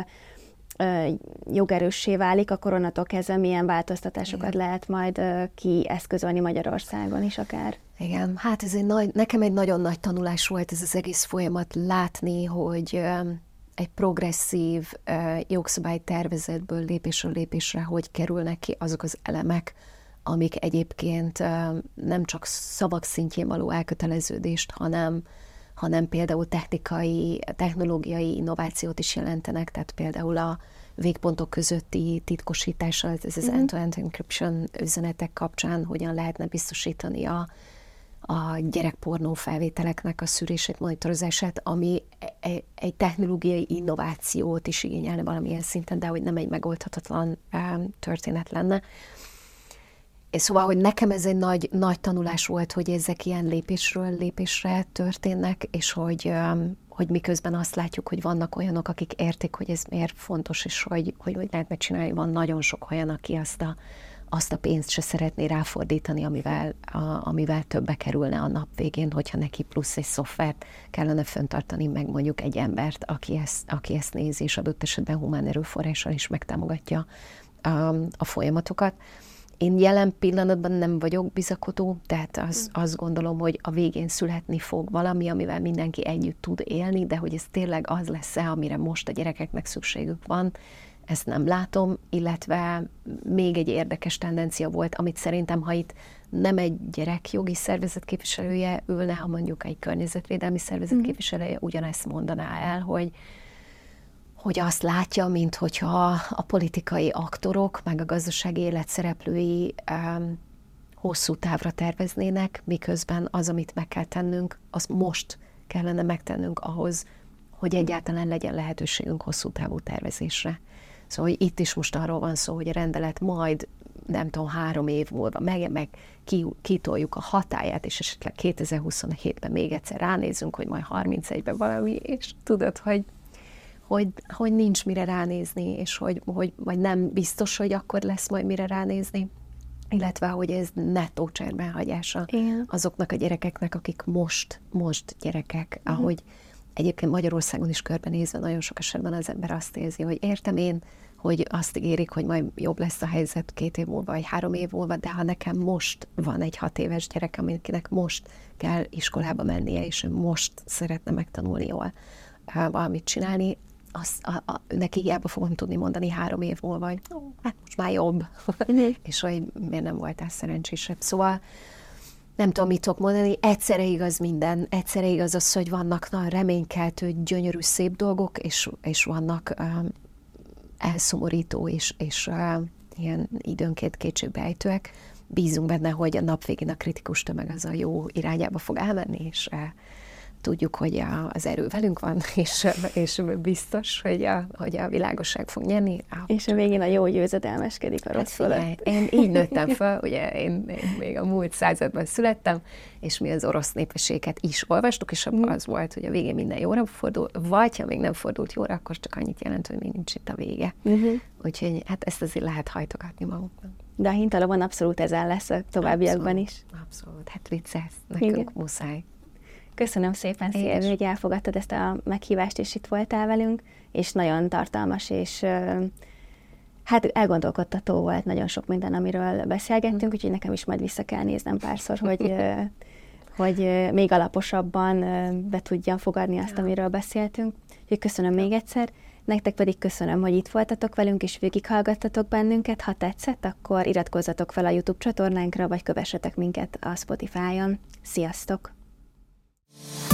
jogerőssé válik, akkor onnantól kezdve milyen változtatásokat lehet majd kieszközölni Magyarországon is akár. Igen, hát ez nekem egy nagyon nagy tanulás volt ez az egész folyamat, látni, hogy egy progresszív jogszabálytervezetből lépésről lépésre hogy kerülnek ki azok az elemek, amik egyébként nem csak szavak szintjén való elköteleződést, hanem például technológiai innovációt is jelentenek, tehát például a végpontok közötti titkosítása, ez az end-to-end encryption üzenetek kapcsán hogyan lehetne biztosítani a gyerekpornó felvételeknek a szűrését, monitorozását, ami egy technológiai innovációt is igényelne valamilyen szinten, de hogy nem egy megoldhatatlan történet lenne. Szóval, hogy nekem ez egy nagy tanulás volt, hogy ezek ilyen lépésről lépésre történnek, és hogy miközben azt látjuk, hogy vannak olyanok, akik értik, hogy ez miért fontos, és hogy lehet megcsinálni. Van nagyon sok olyan, aki azt a pénzt se szeretné ráfordítani, amivel többe kerülne a nap végén, hogyha neki plusz egy szoftvert kellene fenntartani, meg mondjuk egy embert, aki ezt nézi, és adott esetben humán erőforrással is megtámogatja a folyamatokat. Én jelen pillanatban nem vagyok bizakodó, tehát azt gondolom, hogy a végén születni fog valami, amivel mindenki együtt tud élni, de hogy ez tényleg az lesz-e, amire most a gyerekeknek szükségük van, ezt nem látom, illetve még egy érdekes tendencia volt, amit szerintem, ha itt nem egy gyerekjogi szervezet képviselője ülne, ha mondjuk egy környezetvédelmi szervezet képviselője ugyanezt mondaná el, hogy azt látja, mint hogyha a politikai aktorok, meg a gazdasági élet szereplői hosszú távra terveznének, miközben az, amit meg kell tennünk, azt most kellene megtennünk ahhoz, hogy egyáltalán legyen lehetőségünk hosszú távú tervezésre. Szóval hogy itt is most arról van szó, hogy a rendelet majd, nem tudom, 3 év múlva meg kitoljuk a hatályát, és esetleg 2027-ben még egyszer ránézünk, hogy majd 31-ben valami, és tudod, hogy nincs mire ránézni, és hogy vagy nem biztos, hogy akkor lesz majd mire ránézni, illetve hogy ez nettó cserben hagyása azoknak a gyerekeknek, akik most gyerekek, ahogy egyébként Magyarországon is körbenézve nagyon sok esetben az ember azt érzi, hogy értem én, hogy azt ígérik, hogy majd jobb lesz a helyzet 2 év múlva, vagy 3 év múlva, de ha nekem most van egy 6 éves gyerek, aminek most kell iskolába mennie, és ő most szeretne megtanulni jól valamit csinálni, neki hiába fogom tudni mondani 3 év múlva, hogy hát most már jobb, és hogy miért nem voltál szerencsésebb. Szóval nem tudom, mit tudok mondani, egyszerre igaz minden, egyszerre igaz az, hogy vannak reménykeltő, gyönyörű, szép dolgok, és vannak elszomorító és ilyen időnként kétségbejtőek. Bízunk benne, hogy a nap végén a kritikus tömeg az a jó irányába fog elmenni, és tudjuk, hogy az erő velünk van, és biztos, hogy a világosság fog nyerni. És a végén a jó győzedelmeskedik a rossz fölött. Én így nőttem fel, ugye én még a múlt században születtem, és mi az orosz népességet is olvastuk, és abban az volt, hogy a végén minden jóra fordul, vagy ha még nem fordult jóra, akkor csak annyit jelent, hogy még nincs itt a vége. Úgyhogy hát ezt azért lehet hajtogatni maguknak. De a hintalapban abszolút ezen lesz a továbbiakban is. Abszolút, hát vicces, nekünk muszáj. Köszönöm szépen, Szilvi, hogy elfogadtad ezt a meghívást, és itt voltál velünk, és nagyon tartalmas, és hát elgondolkodtató volt nagyon sok minden, amiről beszélgettünk, úgyhogy nekem is majd vissza kell néznem párszor, hogy még alaposabban be tudjam fogadni azt, amiről beszéltünk. Úgyhogy köszönöm még egyszer, nektek pedig köszönöm, hogy itt voltatok velünk, és végighallgattatok bennünket. Ha tetszett, akkor iratkozzatok fel a YouTube csatornánkra, vagy kövessetek minket a Spotify-on. Sziasztok!